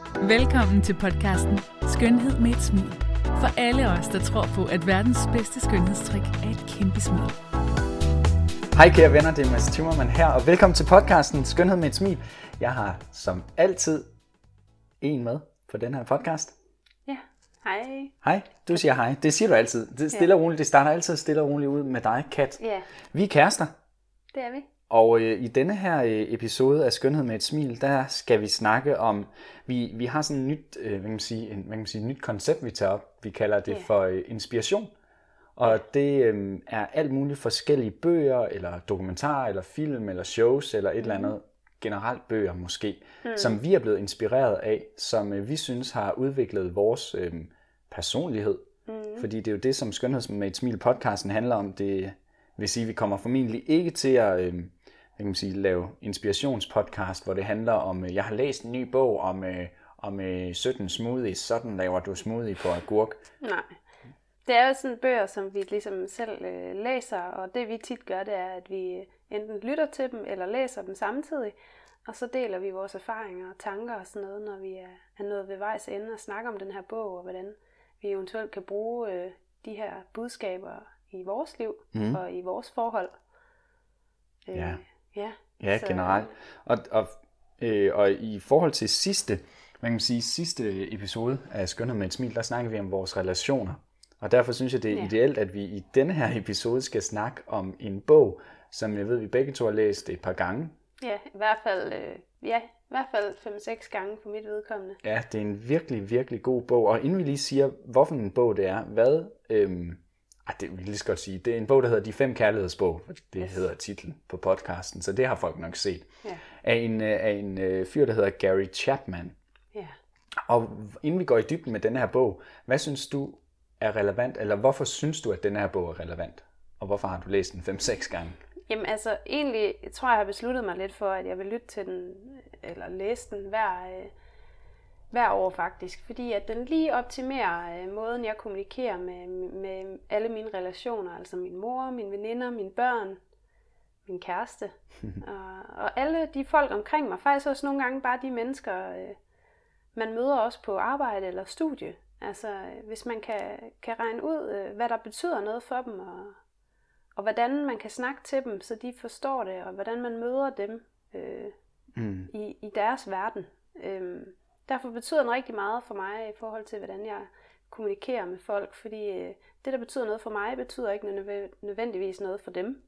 Velkommen til podcasten Skønhed med et smil. For alle os, der tror på, at verdens bedste skønhedstrik er et kæmpe smil. Hej kære venner, det er Mads Timmermann her, og velkommen til podcasten Skønhed med et smil. Jeg har som altid en med på den her podcast. Ja, hej. Hej, du siger hej. Det siger du altid. Det, stille og roligt. Det starter altid stille og roligt ud med dig, Kat. Ja. Vi er kærester. Det er vi. Og i denne her episode af Skønhed med et smil, der skal vi snakke om, vi har sådan et nyt, nyt koncept, vi tager op. Vi kalder det for inspiration. Og det er alt muligt forskellige bøger, eller dokumentarer, eller film, eller shows, eller et eller andet generelt bøger måske, som vi er blevet inspireret af, som vi synes har udviklet vores personlighed. Fordi det er jo det, som Skønhed med et smil podcasten handler om. Det vil sige, at vi kommer formentlig ikke til at lave inspirationspodcast, hvor det handler om, jeg har læst en ny bog om 17 smoothies, sådan laver du smoothie på agurk. Nej. Det er jo sådan bøger, som vi ligesom selv læser, og det vi tit gør, det er, at vi enten lytter til dem, eller læser dem samtidig, og så deler vi vores erfaringer og tanker og sådan noget, når vi er nået ved vejs ende og snakker om den her bog, og hvordan vi eventuelt kan bruge de her budskaber i vores liv og i vores forhold. Ja, generelt. Og i forhold til sidste episode af Skønhed med et smil, der snakker vi om vores relationer. Og derfor synes jeg, det er ideelt, at vi i denne her episode skal snakke om en bog, som jeg ved, vi begge to har læst et par gange. Ja, i hvert fald 5-6 gange for mit vedkommende. Ja, det er en virkelig, virkelig god bog. Og inden vi lige siger, hvorfor en bog det er, det vil jeg lige så godt sige, det er en bog, der hedder De 5 kærlighedsbog. Det hedder titlen på podcasten, så det har folk nok set. Ja. Af en fyr, der hedder Gary Chapman. Ja. Og inden vi går i dybden med denne her bog, hvad synes du er relevant, eller hvorfor synes du, at denne her bog er relevant? Og hvorfor har du læst den 5-6 gange? Jamen altså, egentlig tror jeg har besluttet mig lidt for, at jeg vil lytte til den, eller læse den hver år faktisk. Fordi at den lige optimerer måden, jeg kommunikerer med alle mine relationer. Altså min mor, mine veninder, mine børn, min kæreste. og alle de folk omkring mig. Faktisk også nogle gange bare de mennesker, man møder også på arbejde eller studie. Altså hvis man kan regne ud, hvad der betyder noget for dem, og hvordan man kan snakke til dem, så de forstår det, og hvordan man møder dem i deres verden. Derfor betyder den rigtig meget for mig i forhold til, hvordan jeg kommunikerer med folk, fordi det, der betyder noget for mig, betyder ikke nødvendigvis noget for dem.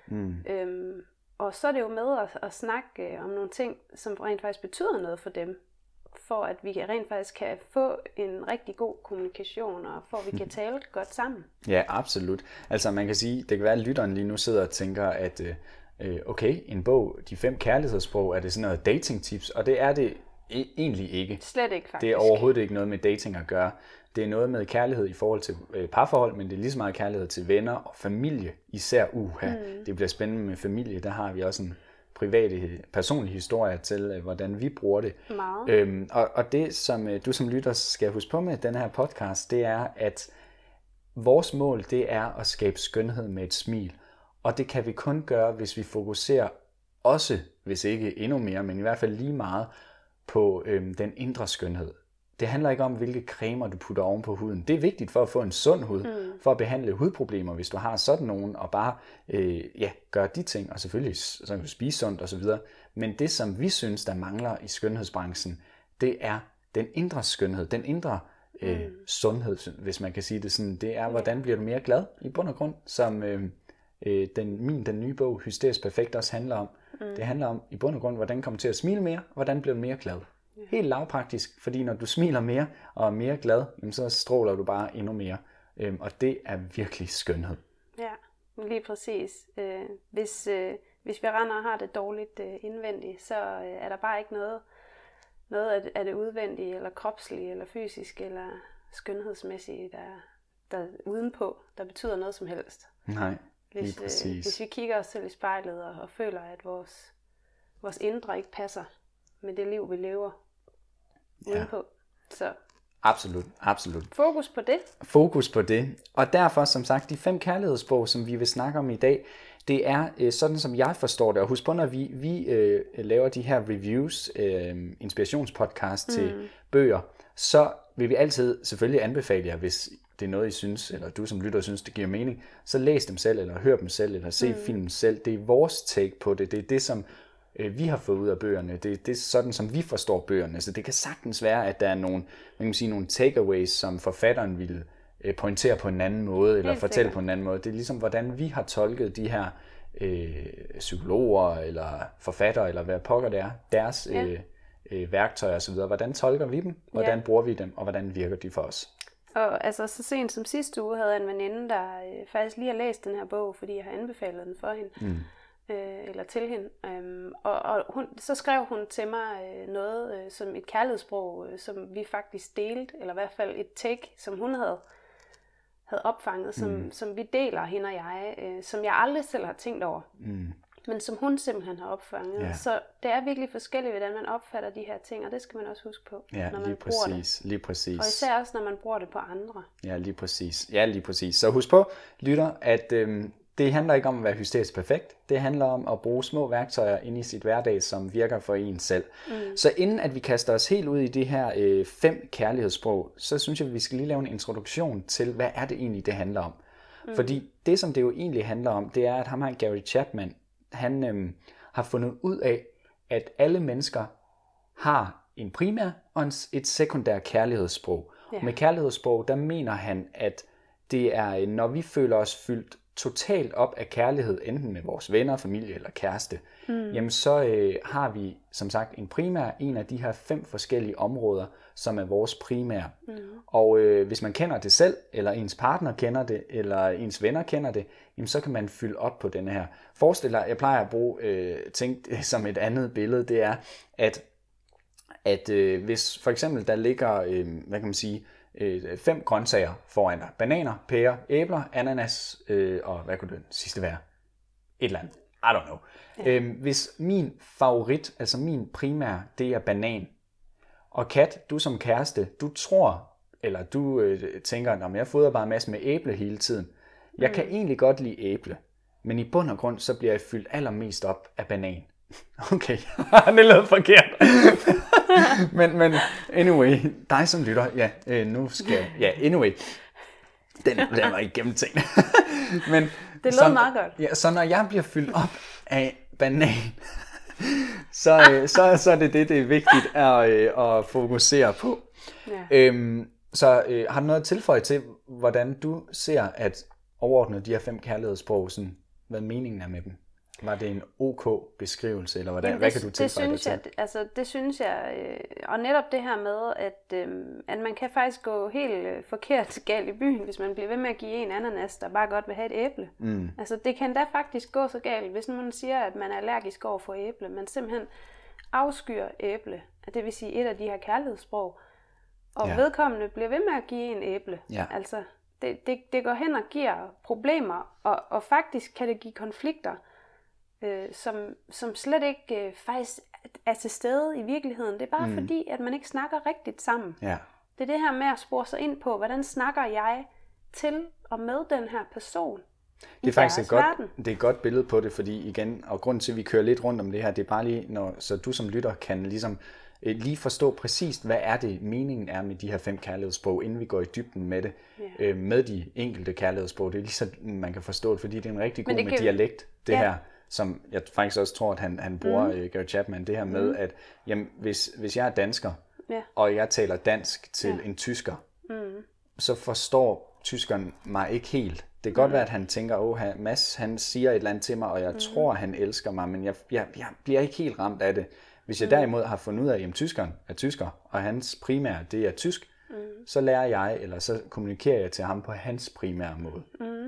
Og så er det jo med at snakke om nogle ting, som rent faktisk betyder noget for dem, for at vi rent faktisk kan få en rigtig god kommunikation, og for at vi kan tale godt sammen. Ja, absolut. Altså man kan sige, det kan være, at lytteren lige nu sidder og tænker, at okay, en bog, De 5 kærlighedssprog, er det sådan noget datingtips, og det er det egentlig ikke. Slet ikke faktisk. Det er overhovedet ikke noget med dating at gøre. Det er noget med kærlighed i forhold til parforhold, men det er lige så meget kærlighed til venner og familie, især Det bliver spændende med familie, der har vi også en personlig historie til, hvordan vi bruger det. Og det, som du som lytter skal huske på med den her podcast, det er, at vores mål, det er at skabe skønhed med et smil. Og det kan vi kun gøre, hvis vi fokuserer også, hvis ikke endnu mere, men i hvert fald lige meget, på den indre skønhed. Det handler ikke om, hvilke cremer du putter oven på huden. Det er vigtigt for at få en sund hud, for at behandle hudproblemer, hvis du har sådan nogen, og bare gøre de ting, og selvfølgelig så kan du spise sundt osv. Men det, som vi synes, der mangler i skønhedsbranchen, det er den indre skønhed, den indre sundhed, hvis man kan sige det sådan. Det er, hvordan bliver du mere glad i bund og grund, som den nye bog, Hysterisk Perfekt, også handler om. Det handler om i bund og grund, hvordan kommer til at smile mere, og hvordan bliver du mere glad. Helt lavpraktisk, fordi når du smiler mere og er mere glad, så stråler du bare endnu mere. Og det er virkelig skønhed. Ja, lige præcis. Hvis vi render og har det dårligt indvendigt, så er der bare ikke noget af det udvendige, eller kropslige, eller fysisk, eller skønhedsmæssige, der udenpå, der betyder noget som helst. Nej, lige præcis. Hvis vi kigger os selv i spejlet og føler, at vores indre ikke passer med det liv, vi lever udenpå. Så Absolut. Fokus på det. Og derfor, som sagt, de 5 kærlighedssprog, som vi vil snakke om i dag, Det er sådan, som jeg forstår det. Og husk på, når vi laver de her reviews, inspirationspodcast til bøger, så vil vi altid selvfølgelig anbefale jer, hvis det er noget, I synes, eller du som lytter synes, det giver mening, så læs dem selv, eller hør dem selv, eller se filmen selv. Det er vores take på det. Det er det, som vi har fået ud af bøgerne. Det er sådan, som vi forstår bøgerne. Så det kan sagtens være, at der er nogle takeaways, som forfatteren ville pointere på en anden måde, eller fortælle på en anden måde. Det er ligesom, hvordan vi har tolket de her psykologer, eller forfattere, eller hvad pokker det er, deres værktøjer osv. Hvordan tolker vi dem? Hvordan bruger vi dem? Og hvordan virker de for os? Og altså, så sent som sidste uge havde jeg en veninde, der faktisk lige har læst den her bog, fordi jeg har anbefalet den for hende. Eller til hende. Så skrev hun til mig noget som et kærlighedssprog, som vi faktisk delte, eller i hvert fald et take, som hun havde opfanget, som vi deler, hende og jeg, som jeg aldrig selv har tænkt over, men som hun simpelthen har opfanget. Ja. Så det er virkelig forskelligt, hvordan man opfatter de her ting, og det skal man også huske på, når man bruger det. Lige præcis. Og især også, når man bruger det på andre. Ja, lige præcis. Så husk på, lytter, at det handler ikke om at være hysterisk perfekt. Det handler om at bruge små værktøjer inde i sit hverdag, som virker for en selv. Så inden at vi kaster os helt ud i det her 5 kærlighedssprog, så synes jeg, at vi skal lige lave en introduktion til, hvad er det egentlig, det handler om. Fordi det, som det jo egentlig handler om, det er, at ham her, Gary Chapman, han har fundet ud af, at alle mennesker har en primær og et sekundær kærlighedssprog. Ja. Med kærlighedssprog, der mener han, at det er, når vi føler os fyldt totalt op af kærlighed, enten med vores venner, familie eller kæreste, jamen så har vi som sagt en primær, en af de her 5 forskellige områder, som er vores primær. Og hvis man kender det selv, eller ens partner kender det, eller ens venner kender det, jamen så kan man fylde op på denne her. Forestil dig, jeg plejer at bruge tænk som et andet billede, det er, at hvis for eksempel der ligger, 5 grøntsager foran dig. Bananer, pærer, æbler, ananas, og hvad kunne det sidste være? Et eller andet. I don't know. Ja. Hvis min favorit, altså min primær, det er banan. Og Kat, du som kæreste, du tror, eller du tænker, at jeg fodrer bare en masse med æble hele tiden. Jeg kan egentlig godt lide æble, men i bund og grund, så bliver jeg fyldt allermest op af banan. Okay, det lød forkert. men anyway, dig som lytter, anyway, den var ikke gennemtænkt. Men det lød meget godt. Ja, så når jeg bliver fyldt op af banan, så er det er vigtigt at fokusere på. Ja. Så har du noget at tilføje til, hvordan du ser at overordne de her 5 kærlighedssprog, sådan, hvad meningen er med dem? Var det en OK beskrivelse, eller hvordan? Hvad kan du tilføje det til? Det synes jeg, og netop det her med, at man kan faktisk gå helt forkert galt i byen, hvis man bliver ved med at give en ananas, der bare godt vil have et æble. Altså det kan da faktisk gå så galt, hvis man siger, at man er allergisk over for æble, man simpelthen afskyr æble, det vil sige et af de her kærlighedssprog, og vedkommende bliver ved med at give en æble. Ja. Altså det går hen og giver problemer, og faktisk kan det give konflikter, som slet ikke faktisk er til stede i virkeligheden. Det er bare fordi, at man ikke snakker rigtigt sammen. Ja. Det er det her med at spore sig ind på, hvordan snakker jeg til og med den her person. Det er faktisk et godt billede på det, fordi igen, og grund til, at vi kører lidt rundt om det her, det er bare lige, så du som lytter kan ligesom lige forstå præcis, hvad er det meningen er med de her 5 kærlighedssprog, inden vi går i dybden med det, med de enkelte kærlighedssprog. Det er lige så, man kan forstå det, fordi det er en rigtig god med dialekt, det her, som jeg faktisk også tror, at han bruger, Gary Chapman, det her med, at jamen, hvis jeg er dansker, og jeg taler dansk til en tysker, så forstår tyskeren mig ikke helt. Det kan godt være, at han tænker, Mads, han siger et eller andet til mig, og jeg tror, han elsker mig, men jeg bliver ikke helt ramt af det. Hvis jeg derimod har fundet ud af, at tyskeren er tysker, og hans primære, det er tysk, så lærer jeg, eller så kommunikerer jeg til ham på hans primære måde.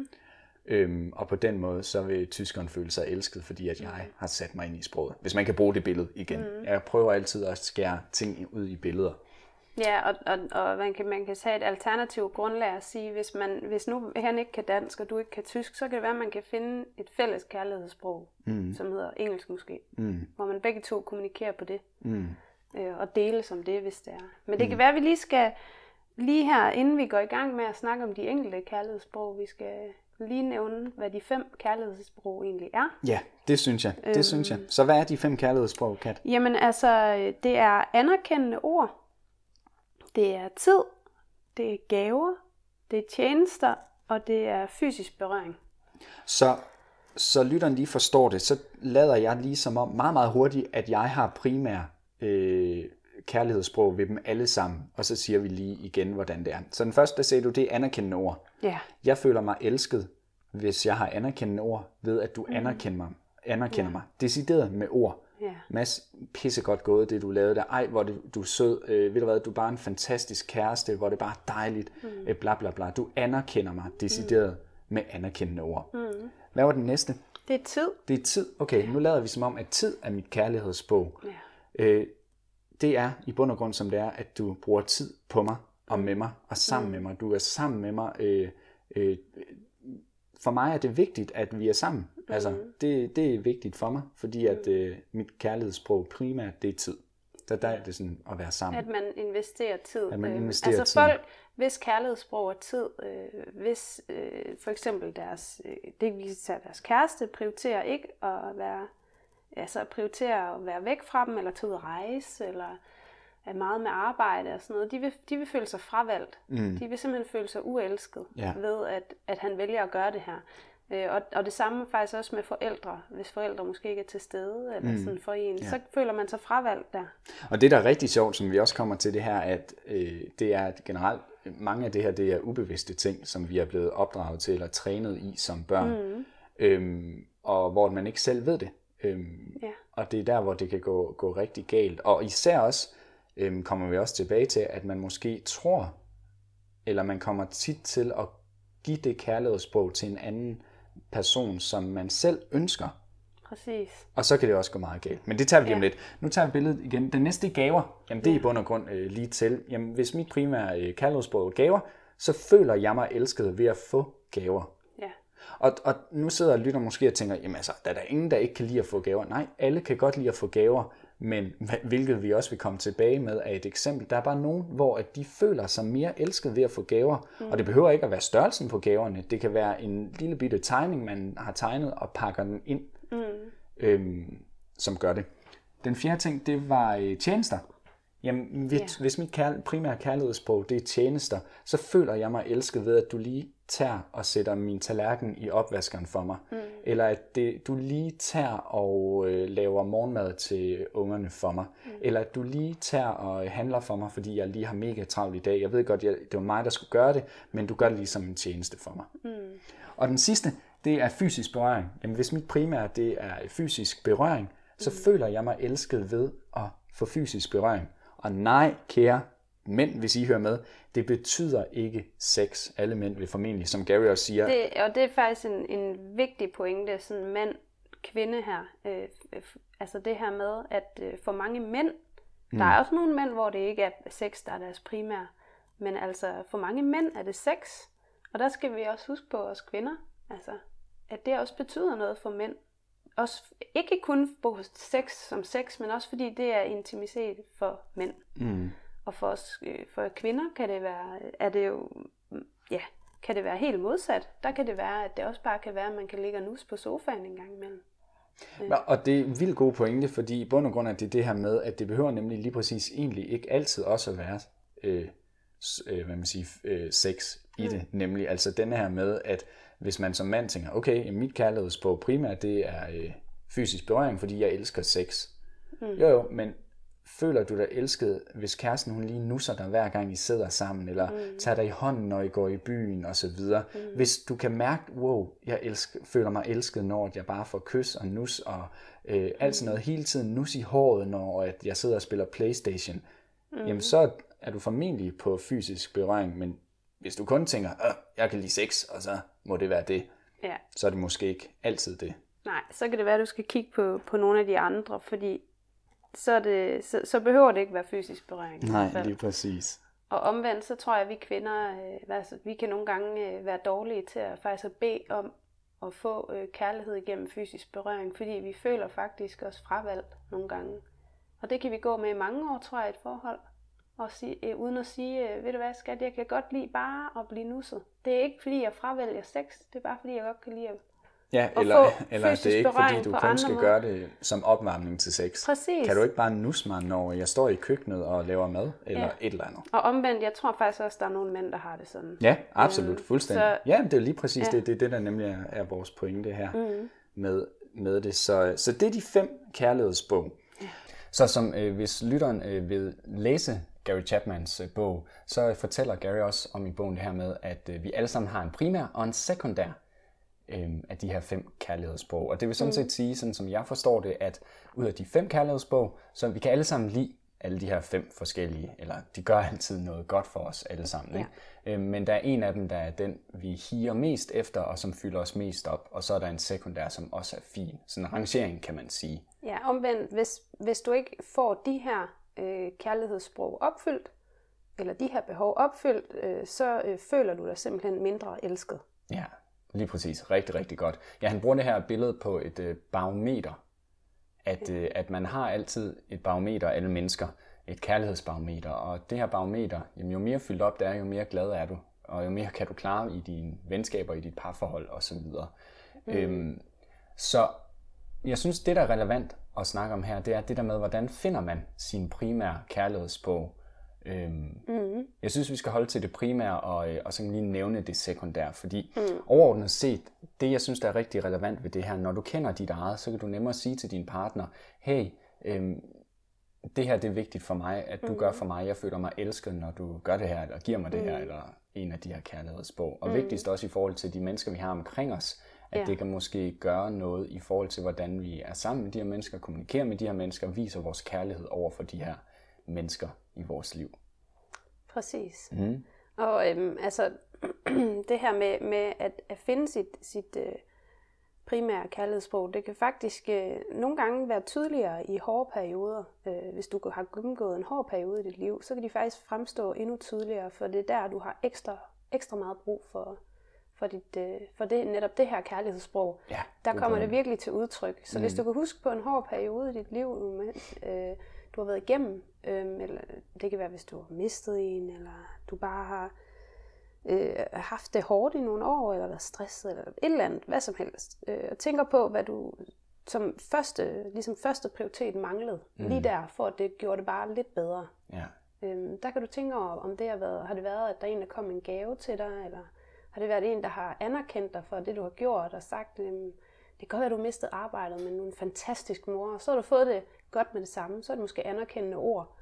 Og på den måde, så vil tyskeren føle sig elsket, fordi at jeg har sat mig ind i sproget. Hvis man kan bruge det billede igen. Jeg prøver altid at skære ting ud i billeder. Ja, og man kan tage et alternativt grundlag og sige, hvis nu han ikke kan dansk, og du ikke kan tysk, så kan det være, at man kan finde et fælles kærlighedssprog, som hedder engelsk måske, hvor man begge to kommunikerer på det, og deles om det, hvis det er. Men det kan være, at vi lige her, inden vi går i gang med at snakke om de enkelte kærlighedssprog, vi skal lige nævne, hvad de 5 kærlighedssprog egentlig er? Ja, det synes jeg. Så hvad er de 5 kærlighedssprog, Kat? Jamen altså, det er anerkendende ord, det er tid, det er gaver, det er tjenester, og det er fysisk berøring. Så lytteren lige forstår det, så lader jeg lige som om meget, meget hurtigt, at jeg har primær kærlighedssprog ved dem alle sammen, og så siger vi lige igen, hvordan det er. Så den første, der sagde du, det er anerkendende ord. Ja. Jeg føler mig elsket, hvis jeg har anerkendende ord, ved at du anerkender mig. Decideret med ord. Ja. Mads, pissegodt gået, det du lavede der. Ej, hvor du er sød. Ved du hvad, du er bare en fantastisk kæreste, hvor det er bare dejligt. Bla bla bla. Du anerkender mig decideret med anerkendende ord. Hvad var den næste? Det er tid. Det er tid. Okay, nu lader vi som om, at tid er mit kærlighedssprog. Ja. Det er i bund og grund, som det er, at du bruger tid på mig og med mig og sammen med mig. Du er sammen med mig. For mig er det vigtigt, at vi er sammen. Altså, det er vigtigt for mig, fordi at mit kærlighedssprog primært, det er tid. Så der er det sådan at være sammen. At man investerer tid. Tid. Folk, hvis kærlighedssprog er tid, hvis for eksempel deres kæreste prioriterer ikke at være, prioriterer at være væk fra dem, eller tage ud at rejse, eller er meget med arbejde og sådan noget, de vil føle sig fravalgt. De vil simpelthen føle sig uelsket ved, at han vælger at gøre det her. Og det samme faktisk også med forældre. Hvis forældre måske ikke er til stede eller sådan for en, så føler man sig fravalgt der. Og det, der er rigtig sjovt, som vi også kommer til det her, at det er generelt, mange af det her, det er ubevidste ting, som vi er blevet opdraget til eller trænet i som børn. Og hvor man ikke selv ved det. Og det er der, hvor det kan gå rigtig galt. Og især også, kommer vi også tilbage til, at man måske tror, eller man kommer tit til at give det kærlighedssprog til en anden person, som man selv ønsker. Præcis. Og så kan det også gå meget galt. Men det tager vi lige om lidt. Nu tager vi billedet igen. Den næste gaver, jamen det er i bund og grund lige til. Jamen hvis mit primære kærlighedssprog er gaver, så føler jeg mig elsket ved at få gaver. Ja. Og nu sidder og lytter måske og tænker, jamen altså, der er der ingen, der ikke kan lide at få gaver. Nej, alle kan godt lide at få gaver, men hvilket vi også vil komme tilbage med af et eksempel. Der er bare nogen, hvor at de føler sig mere elsket ved at få gaver. Og det behøver ikke at være størrelsen på gaverne. Det kan være en lille bitte tegning, man har tegnet og pakker den ind, som gør det. Den fjerde ting, det var tjenester. Jamen, hvis mit primære kærlighedssprog, det er tjenester, så føler jeg mig elsket ved, at du lige tager og sætter min tallerken i opvaskeren for mig. Eller at du lige tager og laver morgenmad til ungerne for mig. Eller at du lige tager og handler for mig, fordi jeg lige har mega travlt i dag. Jeg ved godt, det var mig, der skulle gøre det, men du gør det lige som en tjeneste for mig. Og den sidste, det er fysisk berøring. Jamen, hvis mit primære, det er fysisk berøring, så føler jeg mig elsket ved at få fysisk berøring. Og nej, kære mænd, hvis I hører med, det betyder ikke sex. Alle mænd vil formentlig, som Gary også siger. Det er faktisk en vigtig pointe, sådan mand, kvinde her. Altså det her med, at for mange mænd, der er også nogle mænd, hvor det ikke er sex, der er deres primære. Men altså for mange mænd er det sex. Og der skal vi også huske på os kvinder, altså, at det også betyder noget for mænd. Også, ikke kun på sex som sex, men også fordi det er intimitet for mænd. Og for os, for kvinder kan det være, kan det være helt modsat. Der kan det være, at det også bare kan være, at man kan ligge og nusse på sofaen en gang imellem. Og det er en vildt god pointe, fordi i bund og grund er det det her med, at det behøver nemlig lige præcis egentlig ikke altid også at være sex i det. Nemlig altså den her med, at hvis man som mand tænker, okay, mit kærlighedssprog primært, det er fysisk berøring, fordi jeg elsker sex. Jo, men føler du dig elsket, hvis kæresten hun lige nusser dig hver gang I sidder sammen, eller tager dig i hånden, når I går i byen, og så videre. Hvis du kan mærke, wow, jeg føler mig elsket, når jeg bare får kys og nus, og alt sådan noget hele tiden, nus i håret, når at jeg sidder og spiller PlayStation, jamen så er du formentlig på fysisk berøring, men hvis du kun tænker, jeg kan lide sex, og så må det være det, så er det måske ikke altid det. Nej, så kan det være, at du skal kigge på nogle af de andre, fordi så behøver det ikke være fysisk berøring. Nej, lige præcis. Og omvendt, så tror jeg, at vi kvinder, vi kan nogle gange være dårlige til at faktisk at bede om at få kærlighed igennem fysisk berøring, fordi vi føler faktisk også fravalgt nogle gange. Og det kan vi gå med i mange år, tror jeg, i et forhold. og uden at sige, ved du hvad skat, jeg kan godt lide bare at blive nusset. Det er ikke fordi jeg fravælger sex, det er bare fordi jeg godt kan lide at eller det er ikke fordi du kun skal gøre det som opvarmning til sex. Præcis. Kan du ikke bare nusse mig, når jeg står i køkkenet og laver mad, eller et eller andet? Og omvendt, jeg tror faktisk også, der er nogle mænd, der har det sådan. Ja, absolut, fuldstændig. Ja, det er lige præcis det, der nemlig er vores pointe her med det. Så det er de 5 kærlighedsbog. Ja. Så som hvis lytteren vil læse Gary Chapmans bog, så fortæller Gary også om i bogen det her med, at vi alle sammen har en primær og en sekundær af de her 5 kærlighedsbog. Og det vil sådan set sige, sådan som jeg forstår det, at ud af de 5 kærlighedsbog, så vi kan alle sammen lide alle de her 5 forskellige, eller de gør altid noget godt for os alle sammen. Ikke? Men der er en af dem, der er den, vi higer mest efter, og som fylder os mest op, og så er der en sekundær, som også er fin. Sådan en rangering, kan man sige. Ja, omvendt, hvis du ikke får de her kærlighedssprog opfyldt, eller de her behov opfyldt, så føler du dig simpelthen mindre elsket. Ja, lige præcis. Rigtig, rigtig godt. Ja, han bruger det her billede på et barometer. At man har altid et barometer, alle mennesker, et kærlighedsbarometer. Og det her barometer, jamen, jo mere fyldt op det er, jo mere glad er du. Og jo mere kan du klare i dine venskaber, i dit parforhold osv. Så jeg synes, det der er relevant at snakke om her, det er det der med, hvordan finder man sin primære kærlighedsbog. Jeg synes, vi skal holde til det primære og så lige nævne det sekundære, fordi overordnet set, det jeg synes, der er rigtig relevant ved det her, når du kender dit eget, så kan du nemmere sige til din partner, hey, det her det er vigtigt for mig, at du gør for mig, jeg føler mig elsket, når du gør det her, eller giver mig det her, eller en af de her kærlighedsbog. Og vigtigst også i forhold til de mennesker, vi har omkring os, at det kan måske gøre noget i forhold til, hvordan vi er sammen med de her mennesker, kommunikerer med de her mennesker, viser vores kærlighed over for de her mennesker i vores liv. Præcis. Og altså det her med at finde sit primære kærlighedssprog, det kan faktisk nogle gange være tydeligere i hårde perioder. Hvis du har gennemgået en hård periode i dit liv, så kan de faktisk fremstå endnu tydeligere, for det er der, du har ekstra meget brug for det, netop det her kærlighedssprog. Ja, der kommer det virkelig til udtryk. Så hvis du kan huske på en hård periode i dit liv, du har været igennem, eller det kan være, hvis du har mistet en, eller du bare har haft det hårdt i nogle år, eller været stresset, eller et eller andet, hvad som helst. Og tænker på, hvad du som første prioritet manglede, lige der, for at det gjorde det bare lidt bedre. Ja. Der kan du tænke over, om det har det været, at der er en, der kom en gave til dig, eller har det været en, der har anerkendt dig for det, du har gjort, og sagt, det kan godt være, at du mistede arbejdet, men en fantastisk mor, og så har du fået det godt med det samme, så er det måske anerkendende ord.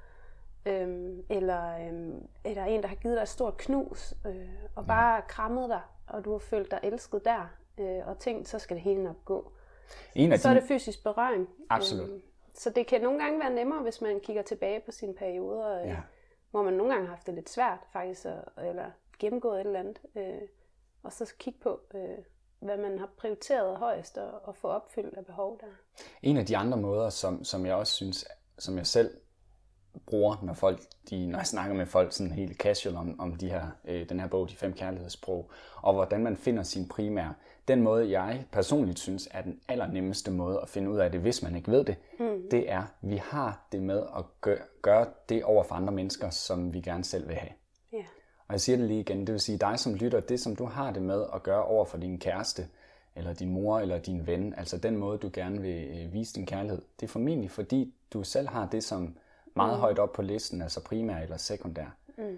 Eller en, der har givet dig et stort knus, og bare krammet dig, og du har følt dig elsket der, og tænkt, så skal det hele nok gå. Så er det fysisk berøring. Absolut. Så det kan nogle gange være nemmere, hvis man kigger tilbage på sine perioder, hvor man nogle gange har haft det lidt svært faktisk, eller gennemgået et eller andet, og så kigge på, hvad man har prioriteret højest og få opfyldt af behov der. En af de andre måder, som jeg også synes, som jeg selv bruger, når jeg snakker med folk sådan helt casual om den her bog, de 5 kærlighedssprog, og hvordan man finder sin primære. Den måde, jeg personligt synes, er den allernemmeste måde at finde ud af det, hvis man ikke ved det, det er, vi har det med at gøre det over for andre mennesker, som vi gerne selv vil have. Yeah. Og jeg siger det lige igen, det vil sige dig som lytter, det som du har det med at gøre over for din kæreste, eller din mor, eller din ven, altså den måde, du gerne vil vise din kærlighed, det er formentlig fordi, du selv har det som meget højt op på listen, altså primær eller sekundær.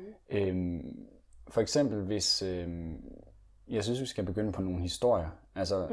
For eksempel, hvis jeg synes, vi skal begynde på nogle historier. Altså,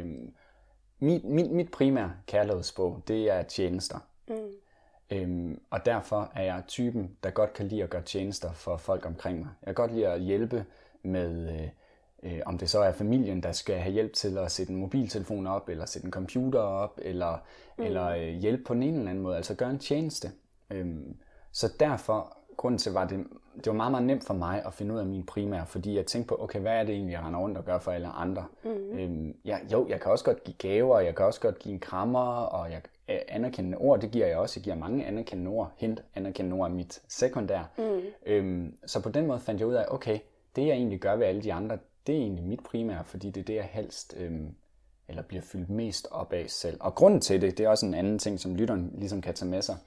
mit primære kærlighedssprog, det er tjenester. Og derfor er jeg typen, der godt kan lide at gøre tjenester for folk omkring mig. Jeg kan godt lide at hjælpe med, om det så er familien, der skal have hjælp til at sætte en mobiltelefon op, eller sætte en computer op, eller hjælpe på en eller anden måde, altså gøre en tjeneste. Så derfor, grunden til, var det var meget, meget nemt for mig at finde ud af min primære, fordi jeg tænkte på, okay, hvad er det egentlig, jeg render rundt og gør for alle andre? Jeg kan også godt give gaver, jeg kan også godt give en krammer, og anerkendende ord, det giver jeg også. Jeg giver mange anerkendende ord. Anerkendende ord er mit sekundær. Så på den måde fandt jeg ud af, okay, det jeg egentlig gør ved alle de andre, det er egentlig mit primære, fordi det er det, jeg helst eller bliver fyldt mest op af selv. Og grunden til det er også en anden ting, som lytteren ligesom kan tage med sig.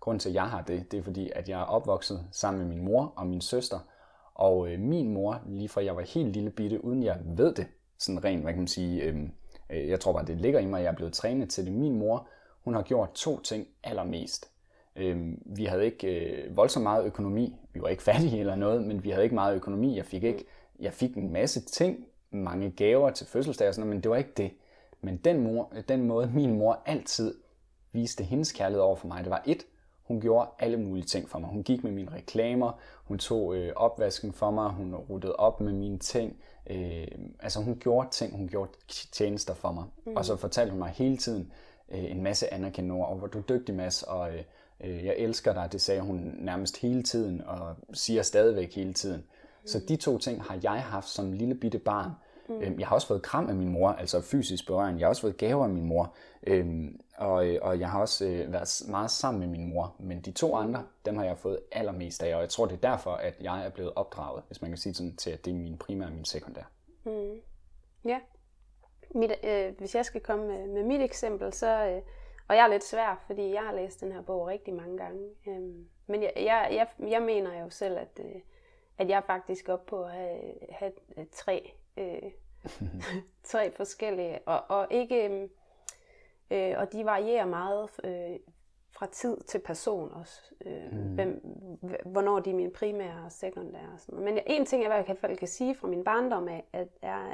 Grunden til, at jeg har det er fordi, at jeg er opvokset sammen med min mor og min søster. Og min mor, lige fra jeg var helt lille bitte, uden jeg ved det, sådan rent, hvad kan man sige, jeg tror bare, det ligger i mig, at jeg er blevet trænet til det. Min mor, hun har gjort 2 ting allermest. Vi havde ikke voldsomt meget økonomi. Vi var ikke fattige eller noget, men vi havde ikke meget økonomi. Jeg fik en masse ting, mange gaver til fødselsdag og sådan noget, men det var ikke det. Men den måde min mor altid viste hendes kærlighed over for mig, det var hun gjorde alle mulige ting for mig. Hun gik med mine reklamer, hun tog opvasken for mig, hun ruttede op med mine ting. Hun gjorde ting, hun gjorde tjenester for mig. Og så fortalte hun mig hele tiden en masse anerkendende ord, og hvor du er dygtig, Mads, og jeg elsker dig, det sagde hun nærmest hele tiden, og siger stadigvæk hele tiden. Så de 2 ting har jeg haft som lille bitte barn. Jeg har også fået kram af min mor, altså fysisk berøring. Jeg har også fået gaver af min mor, og jeg har også været meget sammen med min mor. Men de 2 andre, dem har jeg fået allermest af, og jeg tror, det er derfor, at jeg er blevet opdraget, hvis man kan sige sådan, til, at det er min primære og min sekundære. Ja. Hvis jeg skal komme med mit eksempel, så... Og jeg er lidt svær, fordi jeg har læst den her bog rigtig mange gange. Men jeg mener jo selv, at jeg er faktisk oppe på at have 3 forskellige, og ikke og de varierer meget fra tid til person også. Hvornår de er mine primære og sekundære og sådan noget. Men en ting, jeg i hvert fald kan sige fra min barndom er,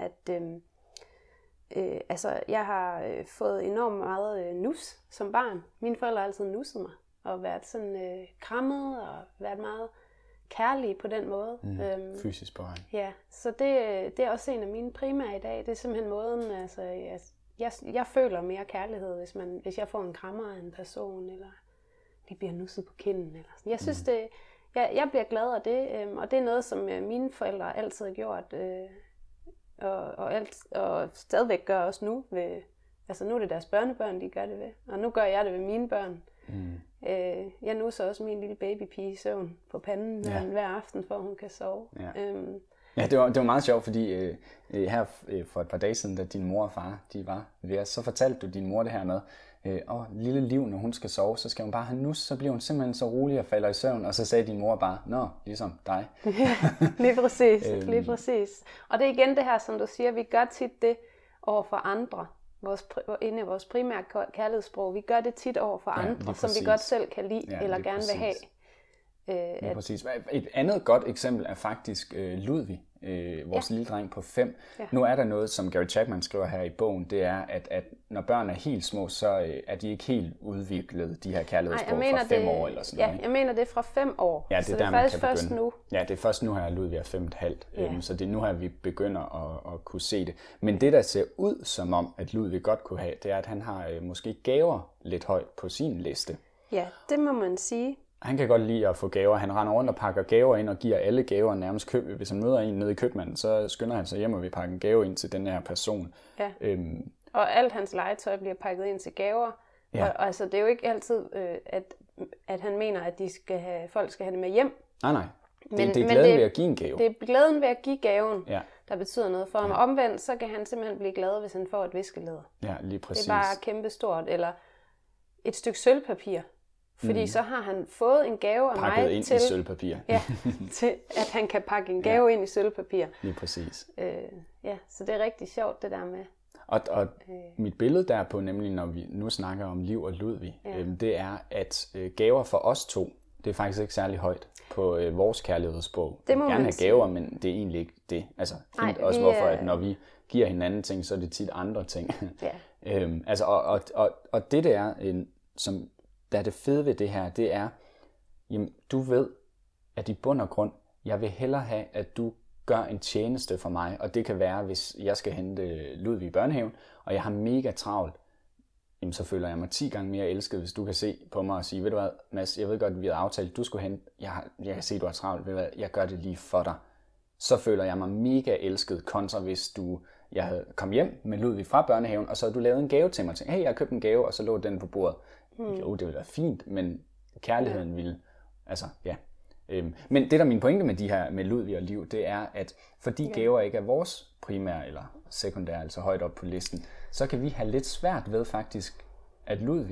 at jeg har fået enormt meget nus som barn. Mine forældre har altid nusset mig og været sådan krammet og været meget kærlige på den måde. Fysisk berøring. Ja, så det er også en af mine primære i dag. Det er simpelthen måden, altså jeg føler mere kærlighed, hvis jeg får en krammer af en person, eller de bliver nusset på kinden. Eller sådan. Jeg synes, jeg bliver glad af det, og det er noget, som mine forældre altid har gjort, og stadigvæk gør også nu. Nu er det deres børnebørn, de gør det ved, og nu gør jeg det ved mine børn. Jeg nusser også min lille babypige i søvn på panden hver aften, for hun kan sove. Ja, det var meget sjovt, fordi her for et par dage siden, da din mor og far de var ved os, så fortalte du din mor det her med, lille Liv, når hun skal sove, så skal hun bare have nus, så bliver hun simpelthen så rolig og falder i søvn, og så sagde din mor bare, nå, ligesom dig. Lige præcis. Og det er igen det her, som du siger, vi gør tit det over for andre. Inde i vores primære kærlighedssprog, vi gør det tit over for andre, som vi godt selv kan lide, eller gerne vil have. Præcis. Et andet godt eksempel er faktisk Ludvig, vores lille dreng på 5. Nu er der noget, som Gary Chapman skriver her i bogen, det er, at når børn er helt små, så er de ikke helt udviklet, de her kærlighedssprog fra 5 år eller sådan noget. Ja, jeg mener det er fra 5 år, ja, det så er det er faktisk først nu. Ja, det er først nu her, Ludvig er 5,5, så det er nu her, vi begynder at kunne se det. Men det, der ser ud som om, at Ludvig godt kunne have, det er, at han har måske gaver lidt højt på sin liste. Ja, det må man sige. Han kan godt lide at få gaver. Han render rundt og pakker gaver ind og giver alle gaver nærmest hvis han møder en nede i købmanden, så skynder han sig hjem og vil pakke en gave ind til den her person. Ja. Og alt hans legetøj bliver pakket ind til gaver. Ja. Og altså, det er jo ikke altid, at han mener, at folk skal have det med hjem. Nej. Det er glæden ved at give en gave. Det er glæden ved at give gaven, der betyder noget for ham. Omvendt, så kan han simpelthen blive glad, hvis han får et viskelæder. Ja, lige præcis. Det er bare kæmpestort. Eller et stykke sølvpapir. Fordi så har han fået en gave af pakket mig ind i sølvpapir. Ja, til at han kan pakke en gave ind i sølvpapir. Lige præcis. Så det er rigtig sjovt, det der med. Og mit billede derpå, nemlig når vi nu snakker om Liv og Ludvig, det er, at gaver for os 2, det er faktisk ikke særlig højt på vores kærlighedsbog. Vi vil gerne have gaver, men det er egentlig ikke det. Altså fint også, hvorfor at når vi giver hinanden ting, så er det tit andre ting. Og det der, som der er det fede ved det her, det er, jamen, du ved, at i bund og grund, jeg vil hellere have, at du gør en tjeneste for mig, og det kan være, hvis jeg skal hente Ludvig i børnehaven, og jeg har mega travlt, jamen, så føler jeg mig 10 gange mere elsket, hvis du kan se på mig og sige, ved du hvad, Mads, jeg ved godt, at vi har aftalt, du skulle hente, jeg kan se, du har travlt, ved du hvad, jeg gør det lige for dig. Så føler jeg mig mega elsket, kontra hvis jeg havde kommet hjem med Ludvig fra børnehaven, og så havde du lavet en gave til mig, og tænkte, hey, jeg har købt en gave, og så lå den på bordet. Jo, det ville være fint, men kærligheden ville, Men det der er min pointe med de her, med Ludvig og Liv, det er, at fordi gaver ikke er vores primære eller sekundære, altså højt op på listen, så kan vi have lidt svært ved faktisk, at Ludvigs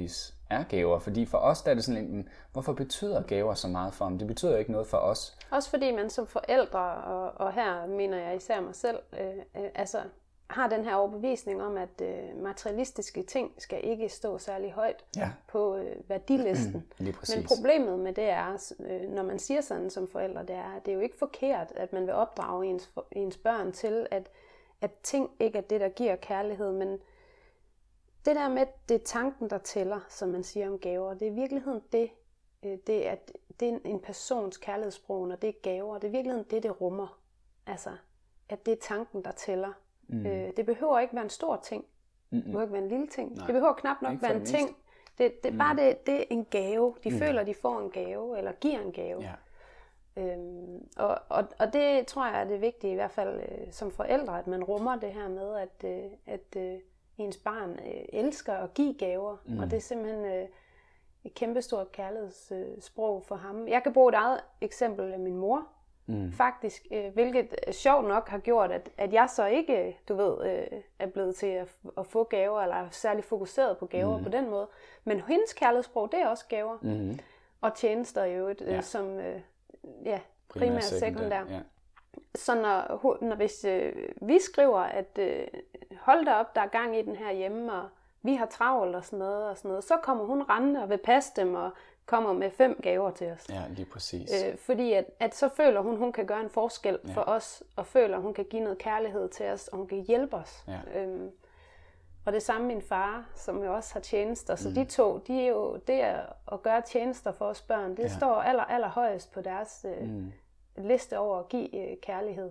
er gaver. Fordi for os der er det sådan en, hvorfor betyder gaver så meget for dem? Det betyder jo ikke noget for os. Også fordi man som forældre, og her mener jeg især mig selv, har den her overbevisning om, at materialistiske ting skal ikke stå særlig højt på værdilisten. Men problemet med det er, når man siger sådan som forældre, det er jo ikke forkert, at man vil opdrage ens børn til, at ting ikke er det, der giver kærlighed, men det der med, det er tanken, der tæller, som man siger om gaver, det er i virkeligheden det er en persons kærlighedssprog, og det er gaver, det er i virkeligheden det rummer. Altså, at det er tanken, der tæller. Det behøver ikke være en stor ting. Det behøver ikke være en lille ting. Nej. Det behøver knap nok være en ting. Det er bare det er en gave. De føler, de får en gave, eller giver en gave. Ja. Og det tror jeg er det vigtige, i hvert fald som forældre, at man rummer det her med, at ens barn elsker at give gaver. Og det er simpelthen et kæmpestort kærlighedssprog for ham. Jeg kan bruge et eget eksempel af min mor. Faktisk, hvilket sjovt nok har gjort, at jeg så ikke, er blevet til at få gaver, eller er særlig fokuseret på gaver på den måde. Men hendes kærlighedssprog, det er også gaver. Og tjenester i øvrigt, som primært sekundær. Ja. Så hvis vi skriver, at hold da op, der er gang i den her hjemme, og vi har travlt og sådan noget, så kommer hun rendende og vil passe dem, og kommer med 5 gaver til os. Ja, lige præcis. Fordi at så føler hun kan gøre en forskel for os, og føler, hun kan give noget kærlighed til os, og hun kan hjælpe os. Ja. Og det samme min far, som jo også har tjenester. Så de to, de er jo det at gøre tjenester for os børn, det står aller højest på deres liste over at give kærlighed.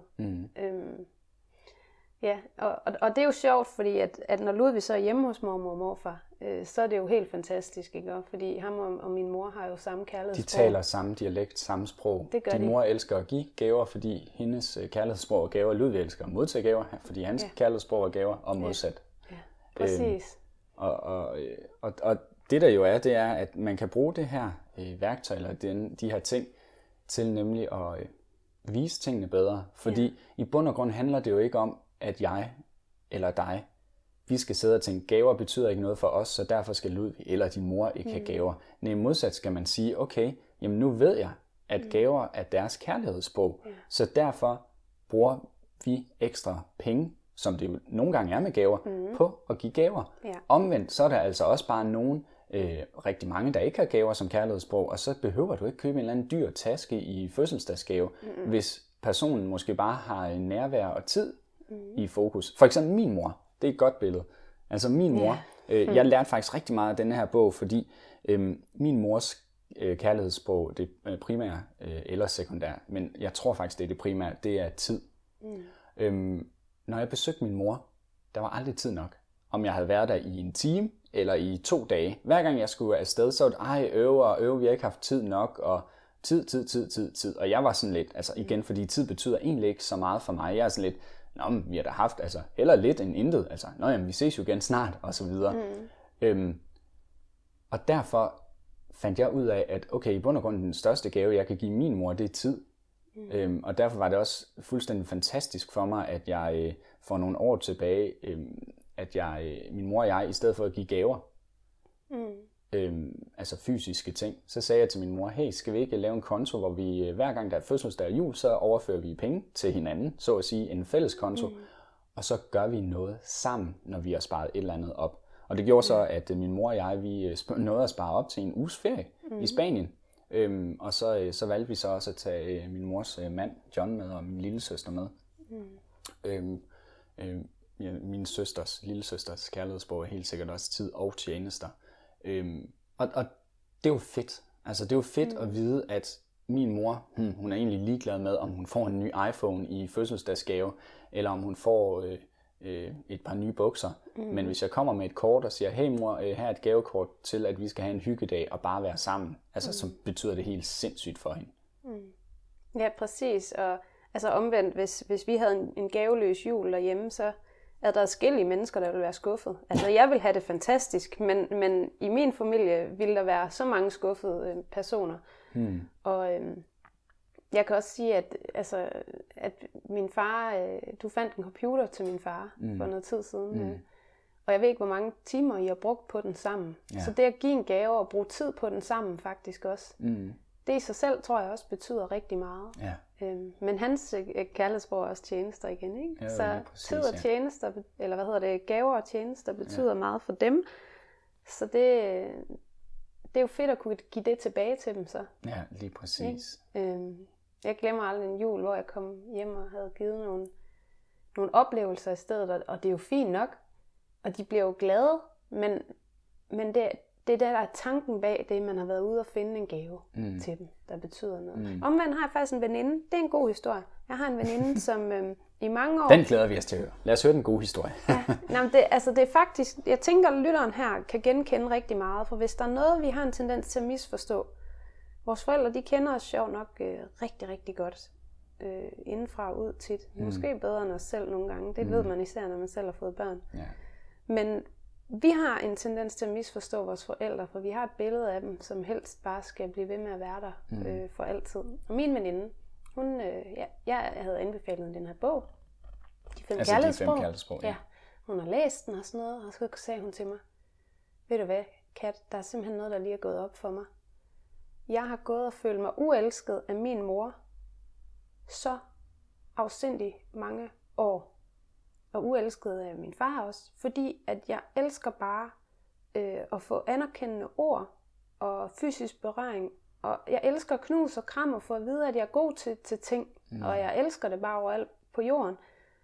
Og det er jo sjovt, fordi at når Ludvig så er hjemme hos mormor og morfar, så er det jo helt fantastisk, ikke? Fordi ham og min mor har jo samme kærlighedssprog. De taler samme dialekt, samme sprog. Din mor elsker at give gaver, fordi hendes kærlighedssprog er gaver. Ludvig elsker at modtage gaver, fordi hans kærlighedssprog er gaver, og modsat. Ja, præcis. Og det der jo er, det er, at man kan bruge det her værktøj, eller de her ting, til nemlig at vise tingene bedre. Fordi i bund og grund handler det jo ikke om, at jeg eller dig, vi skal sidde og tænke, gaver betyder ikke noget for os, så derfor skal Ludvig eller din mor ikke have gaver. Nej, modsat skal man sige, okay, jamen nu ved jeg, at gaver er deres kærlighedssprog, så derfor bruger vi ekstra penge, som det jo nogle gange er med gaver, på at give gaver. Ja. Omvendt, så er der altså også bare nogen, rigtig mange, der ikke har gaver som kærlighedssprog, og så behøver du ikke købe en eller anden dyr taske i fødselsdagsgave, hvis personen måske bare har nærvær og tid i fokus. For eksempel min mor, det er et godt billede. Altså min mor, jeg lærte faktisk rigtig meget af denne her bog, fordi min mors kærlighedssprog, det primære eller sekundære, men jeg tror faktisk, det er det primære, det er tid. Når jeg besøgte min mor, der var aldrig tid nok. Om jeg havde været der i en time eller i 2 dage. Hver gang jeg skulle afsted, så var det, øve, vi har ikke haft tid nok, og tid. Og jeg var sådan lidt, altså igen, fordi tid betyder egentlig ikke så meget for mig. Jeg er sådan lidt, vi har da haft, altså heller lidt end intet, altså, vi ses jo igen snart, og så videre. Og derfor fandt jeg ud af, at okay, i bund og grund den største gave, jeg kan give min mor, det er tid. Og derfor var det også fuldstændig fantastisk for mig, at jeg for nogle år tilbage, at min mor og jeg, i stedet for at give gaver, altså fysiske ting, så sagde jeg til min mor, hey, skal vi ikke lave en konto, hvor vi hver gang der er fødselsdag og jul, så overfører vi penge til hinanden, så at sige en fælles konto, og så gør vi noget sammen, når vi har sparet et eller andet op. Og det gjorde så, at min mor og jeg, vi nåede at spare op til en uges ferie i Spanien. Og så valgte vi så også at tage min mors mand, John, med, og min lillesøster med. Min lillesøsters kærlighedssprog er helt sikkert også tid og tjenester. Og det er jo fedt. Altså det er jo fedt at vide, at min mor, hun er egentlig ligeglad med, om hun får en ny iPhone i fødselsdagsgave, eller om hun får et par nye bukser. Men hvis jeg kommer med et kort og siger, hey mor, her er et gavekort til, at vi skal have en hyggedag og bare være sammen, altså så betyder det helt sindssygt for hende. Ja, præcis. Og altså omvendt, hvis vi havde en gaveløs jul derhjemme, så er der forskellige mennesker, der vil være skuffet. Altså jeg vil have det fantastisk, men i min familie vil der være så mange skuffede personer. Og jeg kan også sige, at min far, du fandt en computer til min far for noget tid siden. Og jeg ved ikke, hvor mange timer I har brugt på den sammen. Ja. Så det at give en gave og bruge tid på den sammen faktisk også, det i sig selv, tror jeg også betyder rigtig meget. Ja. Men hans kærlighedssprog er også tjenester igen, ikke? Ja, så præcis, tid og tjenester, eller gaver og tjenester betyder meget for dem. Så det er jo fedt at kunne give det tilbage til dem så. Ja, lige præcis. Jeg glemmer aldrig en jul, hvor jeg kom hjem og havde givet nogle oplevelser i stedet, og det er jo fint nok, og de bliver jo glade, men det der er tanken bag det, man har været ude og finde en gave til dem, der betyder noget. Omvendt har jeg faktisk en veninde, det er en god historie. Jeg har en veninde, som i mange år... Den glæder vi os til at høre. Lad os høre den gode historie. Det er faktisk, jeg tænker, at lytteren her kan genkende rigtig meget, for hvis der er noget, vi har en tendens til at misforstå, vores forældre, de kender os sjovt nok rigtig, rigtig godt. Indenfra og ud tit. Måske bedre end os selv nogle gange. Det ved man især, når man selv har fået børn. Ja. Men vi har en tendens til at misforstå vores forældre, for vi har et billede af dem, som helst bare skal blive ved med at være der for altid. Og min veninde, jeg havde anbefalet den her bog. De 5 kærlighedssprog. Ja. Hun har læst den og sådan noget, og så sagde hun til mig, ved du hvad, Kat, der er simpelthen noget, der lige er gået op for mig. Jeg har gået og følt mig uelsket af min mor så afsindig mange år. Og uelsket af min far også. Fordi at jeg elsker bare at få anerkendende ord og fysisk berøring. Og jeg elsker knus og kram og få at vide, at jeg er god til ting. Og jeg elsker det bare overalt på jorden.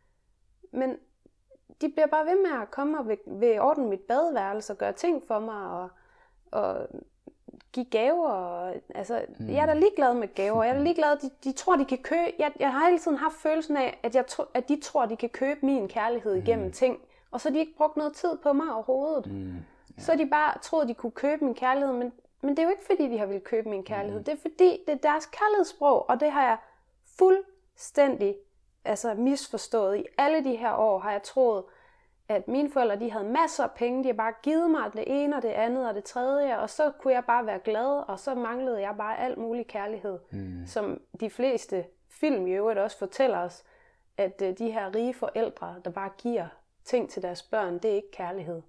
Men de bliver bare ved med at komme og vil ordne mit badeværelse og gøre ting for mig og give gaver. Altså, jeg er da ligeglad med gaver. Jeg er da ligeglad, de tror, de kan købe. Jeg har hele tiden haft følelsen af, at de tror, de kan købe min kærlighed igennem ting. Og så har de ikke brugt noget tid på mig overhovedet. Så har de bare troet, de kunne købe min kærlighed. Men det er jo ikke, fordi de har ville købe min kærlighed. Det er, fordi det er deres kærlighedssprog. Og det har jeg fuldstændig misforstået. I alle de her år har jeg troet, at mine forældre, de havde masser af penge, de har bare givet mig det ene og det andet og det tredje, og så kunne jeg bare være glad, og så manglede jeg bare alt mulig kærlighed, som de fleste film i øvrigt også fortæller os, at de her rige forældre, der bare giver ting til deres børn, det er ikke kærlighed.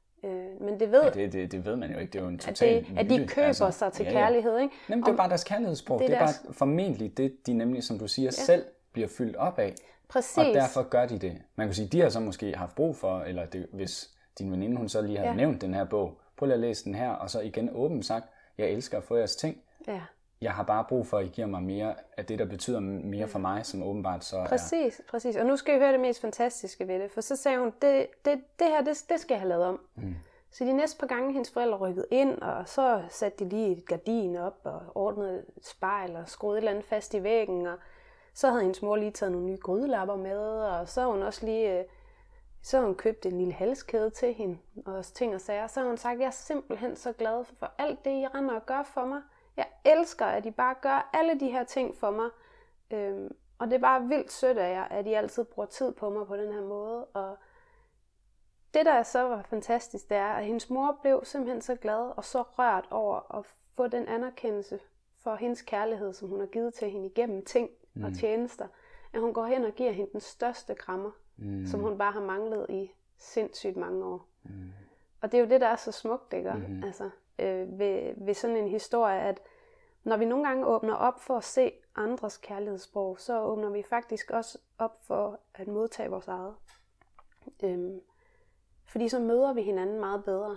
Men det ved, det ved man jo ikke, det er jo en total at de køber sig til kærlighed. Ikke? Jamen, det er bare deres kærlighedssprog, det er bare formentlig det, de nemlig, som du siger, selv bliver fyldt op af. Præcis. Og derfor gør de det. Man kan sige, de har så måske haft brug for, eller hvis din veninde, hun så lige har nævnt den her bog, prøv at læse den her, og så igen åbent sagt, jeg elsker at få jeres ting. Ja. Jeg har bare brug for, at I giver mig mere af det, der betyder mere for mig, som åbenbart så Præcis. Og nu skal I høre det mest fantastiske ved det, for så sagde hun, det her, det skal jeg have lavet om. Så de næste par gange, hendes forældre rykkede ind, og så satte de lige et gardin op, og ordnede et spejl, og skruede et eller andet fast i væggen, og så havde hendes mor lige taget nogle nye grydelapper med, og så havde hun også lige så havde hun købt en lille halskæde til hende, og ting og sager. Så havde hun sagt, jeg er simpelthen så glad for alt det, I render og gør for mig. Jeg elsker, at I bare gør alle de her ting for mig. Og det er bare vildt sødt af jer, at I altid bruger tid på mig på den her måde. Og det, der så var fantastisk, det er, at hendes mor blev simpelthen så glad og så rørt over at få den anerkendelse for hendes kærlighed, som hun har givet til hende igennem ting og tjenester, at hun går hen og giver hende den største krammer, som hun bare har manglet i sindssygt mange år. Og det er jo det, der er så smukt, ikke? Altså, ved sådan en historie, at når vi nogle gange åbner op for at se andres kærlighedssprog, så åbner vi faktisk også op for at modtage vores eget. Fordi så møder vi hinanden meget bedre.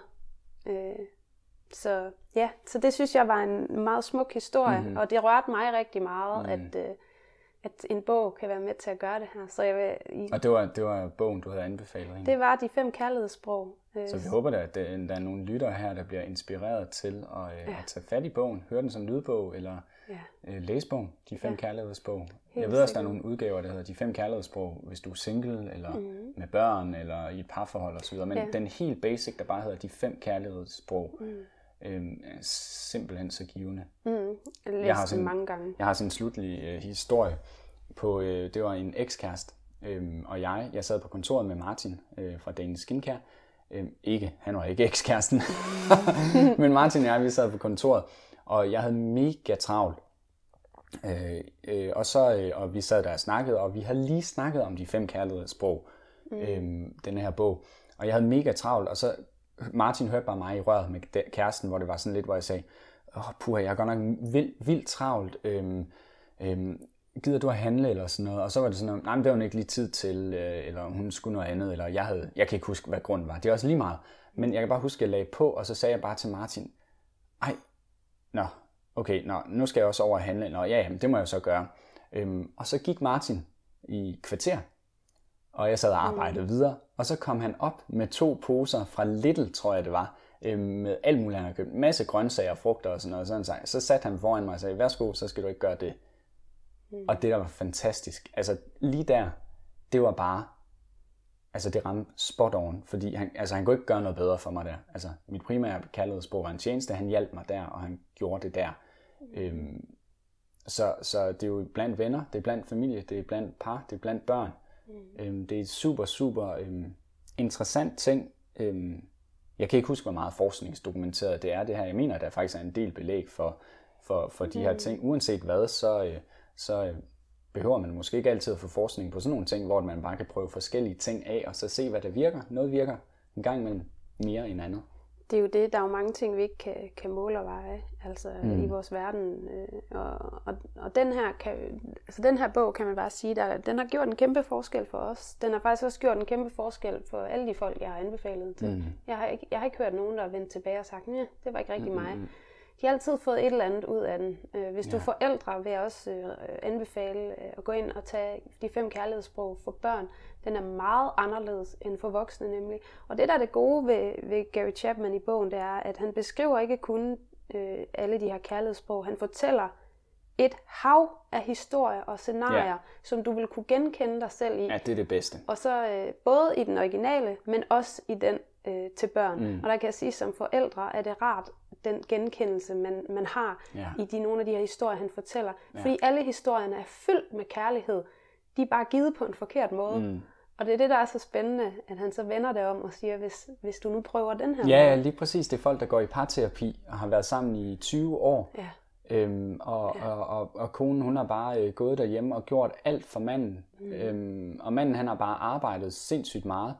Så det synes jeg var en meget smuk historie, og det rørte mig rigtig meget, at en bog kan være med til at gøre det her. Så og det var bogen, du havde anbefalet? Ikke? Det var De 5 kærlighedssprog. Så vi håber da, at der er nogle lyttere her, der bliver inspireret til at tage fat i bogen, høre den som lydbog, eller læse bogen, De 5 kærlighedssprog. Jeg ved også, der er nogle udgaver, der hedder De 5 kærlighedssprog, hvis du er single, eller med børn, eller i et parforhold osv. Men den helt basic, der bare hedder De 5 kærlighedssprog, er simpelthen så givende. Jeg har sådan mange gange. Jeg har sådan en slutlig historie på, det var en ekskæreste, og jeg sad på kontoret med Martin fra Danish Skincare. Han var ikke ekskæresten, men Martin og jeg, vi sad på kontoret, og jeg havde mega travlt. Og vi sad der og snakkede, og vi havde lige snakket om De 5 kærlighedssprog, den her bog. Og jeg havde mega travlt, og så Martin hørte bare mig i røret med kæresten, hvor det var sådan lidt, hvor jeg sagde, puha, jeg er godt nok vildt travlt, gider du at handle eller sådan noget? Og så var det sådan noget, nej, men det var hun ikke lige tid til, eller hun skulle noget andet, eller jeg kan ikke huske, hvad grunden var. Det er også lige meget. Men jeg kan bare huske, at jeg lagde på, og så sagde jeg bare til Martin, nu skal jeg også over at handle. Jamen, det må jeg så gøre. Og så gik Martin i kvarter, og jeg sad og arbejdede videre, og så kom han op med 2 poser fra Lidl, tror jeg det var, med alt muligt. Han havde købt en masse grøntsager og frugter og sådan noget. Så satte han foran mig og sagde, værsgo, så skal du ikke gøre det. Og det der var fantastisk. Altså lige der, det var bare, altså det ramte spot on, fordi han kunne ikke gøre noget bedre for mig der. Altså mit primære kærlighedssprog var en tjeneste, han hjalp mig der, og han gjorde det der. Så det er jo blandt venner, det er blandt familie, det er blandt par, det er blandt børn. Det er et super interessant ting. Jeg kan ikke huske, hvor meget forskningsdokumenteret det er det her. Jeg mener, at der faktisk er en del belæg for de her ting. Uanset hvad, så behøver man måske ikke altid at få forskning på sådan nogle ting, hvor man bare kan prøve forskellige ting af, og så se, hvad der virker. Noget virker en gang imellem mere end andet. Det er jo det, der er jo mange ting, vi ikke kan måle og veje, altså i vores verden. Og den her bog, kan man bare sige, den har gjort en kæmpe forskel for os. Den har faktisk også gjort en kæmpe forskel for alle de folk, jeg har anbefalet til. Jeg har ikke hørt nogen, der har vendt tilbage og sagt, nej, det var ikke rigtig mig. De har altid fået et eller andet ud af den. Hvis du er forældre, vil jeg også anbefale at gå ind og tage de 5 kærlighedssprog for børn. Den er meget anderledes end for voksne nemlig. Og det, der er det gode ved Gary Chapman i bogen, det er, at han beskriver ikke kun alle de her kærlighedssprog. Han fortæller et hav af historier og scenarier, som du vil kunne genkende dig selv i. Ja, det er det bedste. Og så både i den originale, men også i den til børn. Og der kan jeg sige, som forældre er det rart, den genkendelse, man har i nogle af de her historier, han fortæller. Fordi alle historierne er fyldt med kærlighed. De er bare givet på en forkert måde. Og det er det, der er så spændende, at han så vender det om og siger, hvis du nu prøver den her. Ja, lige præcis. Det er folk, der går i parterapi og har været sammen i 20 år. Ja. Og konen, hun har bare gået derhjemme og gjort alt for manden. Og manden, han har bare arbejdet sindssygt meget.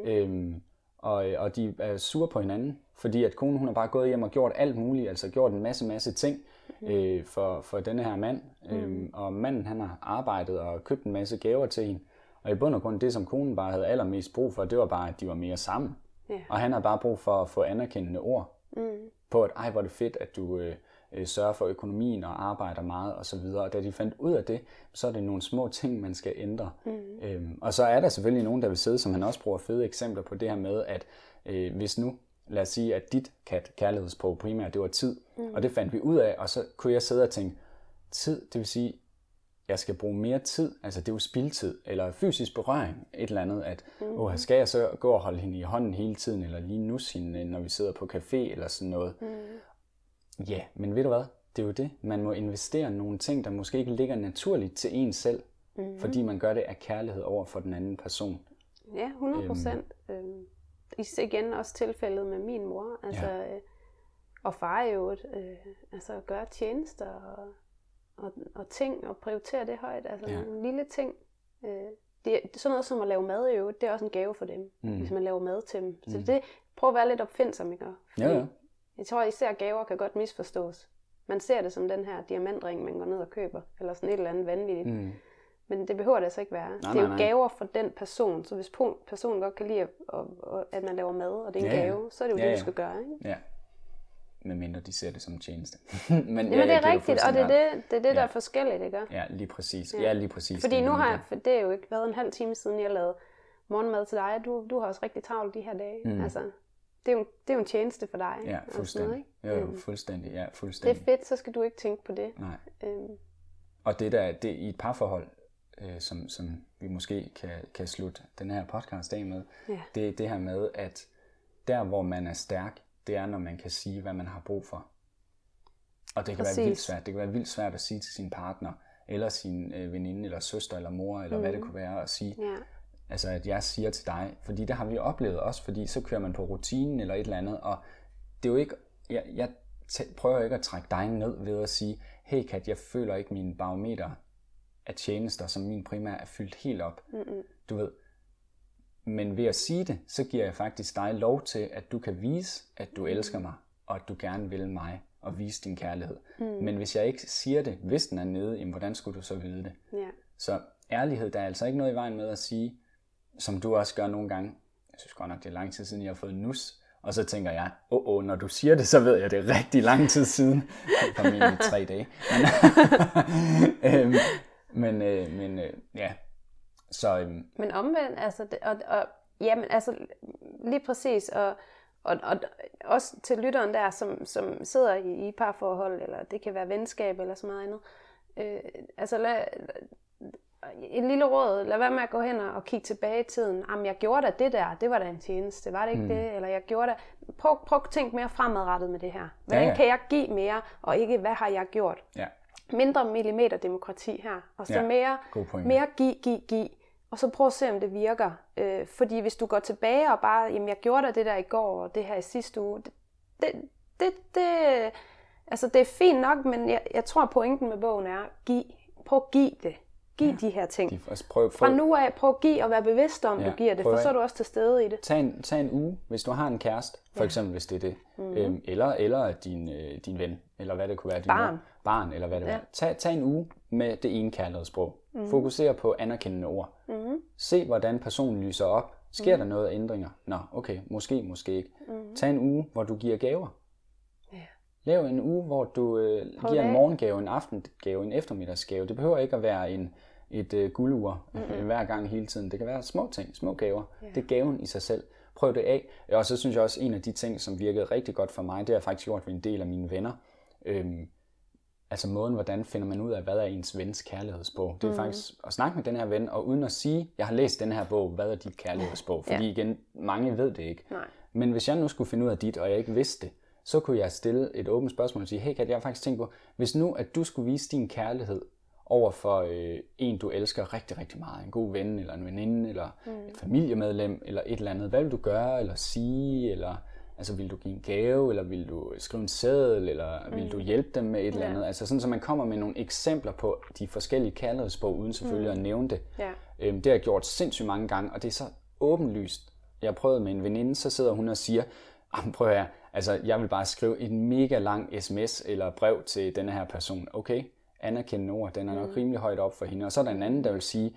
Og de er sure på hinanden, fordi at konen, hun har bare gået hjem og gjort alt muligt, altså gjort en masse ting for denne her mand. Og manden, han har arbejdet og købt en masse gaver til hende. Og i bund og grund, det som konen bare havde allermest brug for, det var bare, at de var mere sammen. Og han har bare brug for at få anerkendende ord på, at hvor er det fedt, at du sørger for økonomien og arbejder meget og så videre. Og da de fandt ud af det, så er det nogle små ting, man skal ændre. Og så er der selvfølgelig nogen, der vil sidde, som han også bruger fede eksempler på det her med, at hvis nu, lad os sige, at dit kærlighedssprog primært, det var tid. Og det fandt vi ud af, og så kunne jeg sidde og tænke, tid, det vil sige, jeg skal bruge mere tid, altså det er jo spildtid, eller fysisk berøring, et eller andet, at skal jeg så gå og holde hende i hånden hele tiden, eller lige nusse hende, når vi sidder på café, eller sådan noget. Ja, men ved du hvad, det er jo det. Man må investere nogle ting, der måske ikke ligger naturligt til en selv, fordi man gør det af kærlighed over for den anden person. Ja, 100%. Igen også tilfældet med min mor, altså, og far er jo altså gøre tjenester og ting, og prioritere det højt, altså nogle lille ting. Det er sådan noget som at lave mad i øvrigt, det er også en gave for dem, hvis man laver mad til dem. Så det, prøv at være lidt opfindsom, ikke? Jeg tror især gaver kan godt misforstås. Man ser det som den her diamantring, man går ned og køber, eller sådan et eller andet vanvittigt. Men det behøver det altså ikke være. Det er jo gaver for den person, så hvis personen godt kan lide, at man laver mad, og det er en gave, så er det jo det, du skal gøre, ikke? Ja. Medmindre de ser det som tjeneste. Men det er rigtigt, og det er det, der er forskelligt, ikke? Ja, lige præcis. Ja, lige præcis. Fordi nu har jeg, det er jo ikke været en halv time siden, jeg lavede morgenmad til dig. Du har også rigtig travlt de her dage. Altså, det er jo en tjeneste for dig. Ja, fuldstændig. Fuldstændig. Ja, fuldstændig. Det er fedt, så skal du ikke tænke på det. Nej. Og det i et parforhold, som vi måske kan slutte den her podcast af med, det er det her med, at der hvor man er stærk, det er når man kan sige, hvad man har brug for. Og det kan være vildt svært. Det kan være vildt svært at sige til sin partner, eller sin veninde, eller søster, eller mor, eller hvad det kunne være, at sige, altså at jeg siger til dig, fordi det har vi oplevet også, fordi så kører man på rutinen, eller et eller andet, og det er jo ikke, jeg prøver ikke at trække dig ned ved at sige, hey Kat, jeg føler ikke mine barometer af tjenester, som min primær er fyldt helt op. Du ved, Men ved at sige det, så giver jeg faktisk dig lov til, at du kan vise, at du elsker mig, og at du gerne vil mig, og vise din kærlighed. Men hvis jeg ikke siger det, hvis den er nede, jamen, hvordan skulle du så vide det? Ja. Så ærlighed, der er altså ikke noget i vejen med at sige, som du også gør nogle gange. Jeg synes godt nok, det er lang tid siden, jeg har fået nus. Og så tænker jeg, når du siger det, så ved jeg, det er rigtig lang tid siden. Det kom ind i 3 dage. Men ja. Så, Men omvendt, altså, jamen, altså, lige præcis, og også til lytteren der, som sidder i parforhold, eller det kan være venskab, eller så meget andet. Altså, en lille råd, lad være med at gå hen og kigge tilbage i tiden. Jamen, jeg gjorde da det der, det var da en tjeneste, var det ikke det? Eller jeg gjorde da... Prøv at tænke mere fremadrettet med det her. Hvad kan jeg give mere, og ikke hvad har jeg gjort? Ja. Mindre millimeterdemokrati her, og så mere give. Og så prøv at se, om det virker. Fordi hvis du går tilbage og bare, jamen jeg gjorde da det der i går, og det her i sidste uge, altså det er fint nok, men jeg tror pointen med bogen er, prøv at give det. Giv de her ting. Fra nu af, prøv at give og være bevidst om, du giver det, for så er du også til stede i det. Tag en uge, hvis du har en kæreste, for eksempel hvis det er det, eller din ven, eller hvad det kunne være, barn eller hvad det var. Tag en uge med det ene kærlighedssprog. Fokuser på anerkendende ord. Se, hvordan personen lyser op. Sker der noget af ændringer? Nå, okay, måske ikke. Tag en uge, hvor du giver gaver. Lav en uge, hvor du giver en morgengave, en aftengave, en eftermiddagsgave. Det behøver ikke at være et guldur hver gang hele tiden. Det kan være små ting, små gaver. Det er gaven i sig selv. Prøv det af. Og så synes jeg også, en af de ting, som virkede rigtig godt for mig, det har jeg faktisk gjort ved en del af mine venner. Altså måden, hvordan finder man ud af, hvad er ens vens kærlighedssprog. Det er faktisk at snakke med den her ven, og uden at sige, jeg har læst den her bog, hvad er dit kærlighedssprog? Fordi igen, mange ved det ikke. Nej. Men hvis jeg nu skulle finde ud af dit, og jeg ikke vidste det, så kunne jeg stille et åbent spørgsmål og sige, hey Kat, jeg har faktisk tænkt på, hvis nu, at du skulle vise din kærlighed over for en, du elsker rigtig, rigtig meget, en god ven, eller en veninde, eller et familiemedlem, eller et eller andet, hvad vil du gøre, eller sige, eller altså vil du give en gave, eller vil du skrive en seddel, eller vil du hjælpe dem med et eller andet, altså sådan, så man kommer med nogle eksempler på de forskellige kærlighedssprog, uden selvfølgelig at nævne det. Det har jeg gjort sindssygt mange gange, og det er så åbenlyst. Jeg har prøvet med en veninde, så sidder hun og siger, prøv her, altså jeg vil bare skrive en mega lang sms eller brev til denne her person. Okay, anerkendende ord, den er nok rimelig højt op for hende. Og så er der en anden, der vil sige,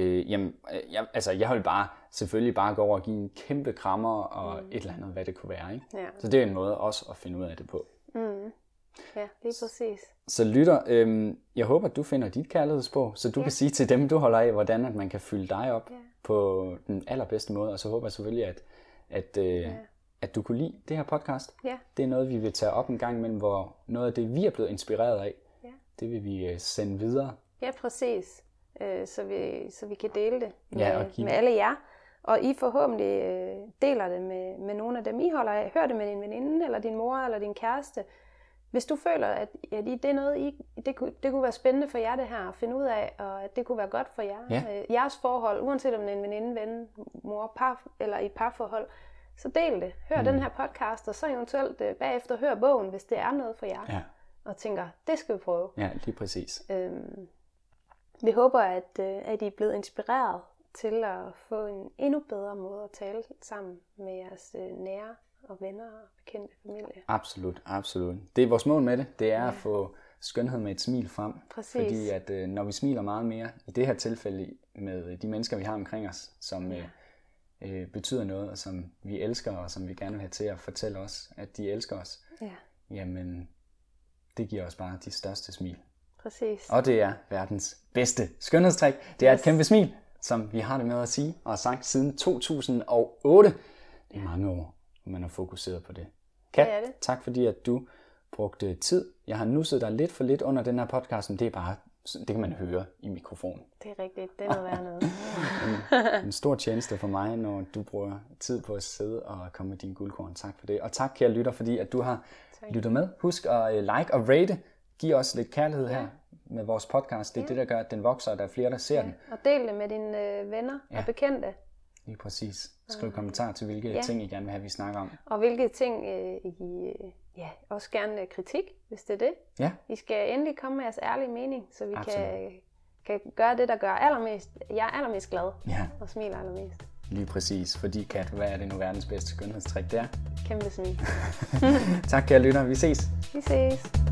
jeg vil selvfølgelig bare gå over og give en kæmpe krammer og et eller andet, hvad det kunne være. Ikke? Ja. Så det er en måde også at finde ud af det på. Ja, lige præcis. Så lytter, jeg håber, at du finder dit kærlighedssprog, så du kan sige til dem, du holder af, hvordan at man kan fylde dig op på den allerbedste måde. Og så håber jeg selvfølgelig, at du kunne lide det her podcast. Ja. Det er noget, vi vil tage op en gang imellem, hvor noget af det, vi er blevet inspireret af, det vil vi sende videre. Ja, præcis. Så vi kan dele det med alle jer. Og I forhåbentlig deler det med nogle af dem, I holder af. Hør det med din veninde, eller din mor, eller din kæreste. Hvis du føler, at det er noget, det kunne være spændende for jer det her at finde ud af, og at det kunne være godt for jer. Jeres forhold, uanset om det er en veninde, ven, mor, par eller i et parforhold, så del det. Hør den her podcast, og så eventuelt bagefter hør bogen, hvis det er noget for jer. Ja. Og tænker, det skal vi prøve. Ja, lige præcis. Vi håber, at I er blevet inspireret til at få en endnu bedre måde at tale sammen med jeres nære og venner og bekendte familie. Absolut, absolut. Det er vores mål med det. Det er at få skønhed med et smil frem. Præcis. Fordi at når vi smiler meget mere, i det her tilfælde med de mennesker, vi har omkring os, som betyder noget, og som vi elsker, og som vi gerne vil have til at fortælle os, at de elsker os, jamen det giver os bare de største smil. Præcis. Og det er verdens bedste skønhedstrik. Det er et kæmpe smil, som vi har det med at sige, og har sagt siden 2008. Det er mange år, hvor man har fokuseret på det. Kat, tak fordi at du brugte tid. Jeg har nusset dig lidt for lidt under den her podcast, men det kan man høre i mikrofonen. Det er rigtigt, det er noget værd noget. en stor tjeneste for mig, når du bruger tid på at sidde og komme med dine guldkorn. Tak for det. Og tak, kære lytter, fordi at du har lyttet med. Husk at like og rate. Giv os lidt kærlighed her med vores podcast. Det er det, der gør, at den vokser, og der er flere, der ser den. Og del det med dine venner og bekendte. Lige præcis. Skriv kommentarer til, hvilke ting I gerne vil have, vi snakker om. Og hvilke ting I også gerne kritik, hvis det er det. Ja. I skal endelig komme med jeres ærlige mening, så vi kan gøre det, der gør jer allermest glad og smiler allermest. Lige præcis. Fordi Kat, hvad er det nu verdens bedste skønhedstrik der? Kæmpe smil. Tak, kære lytter. Vi ses. Vi ses.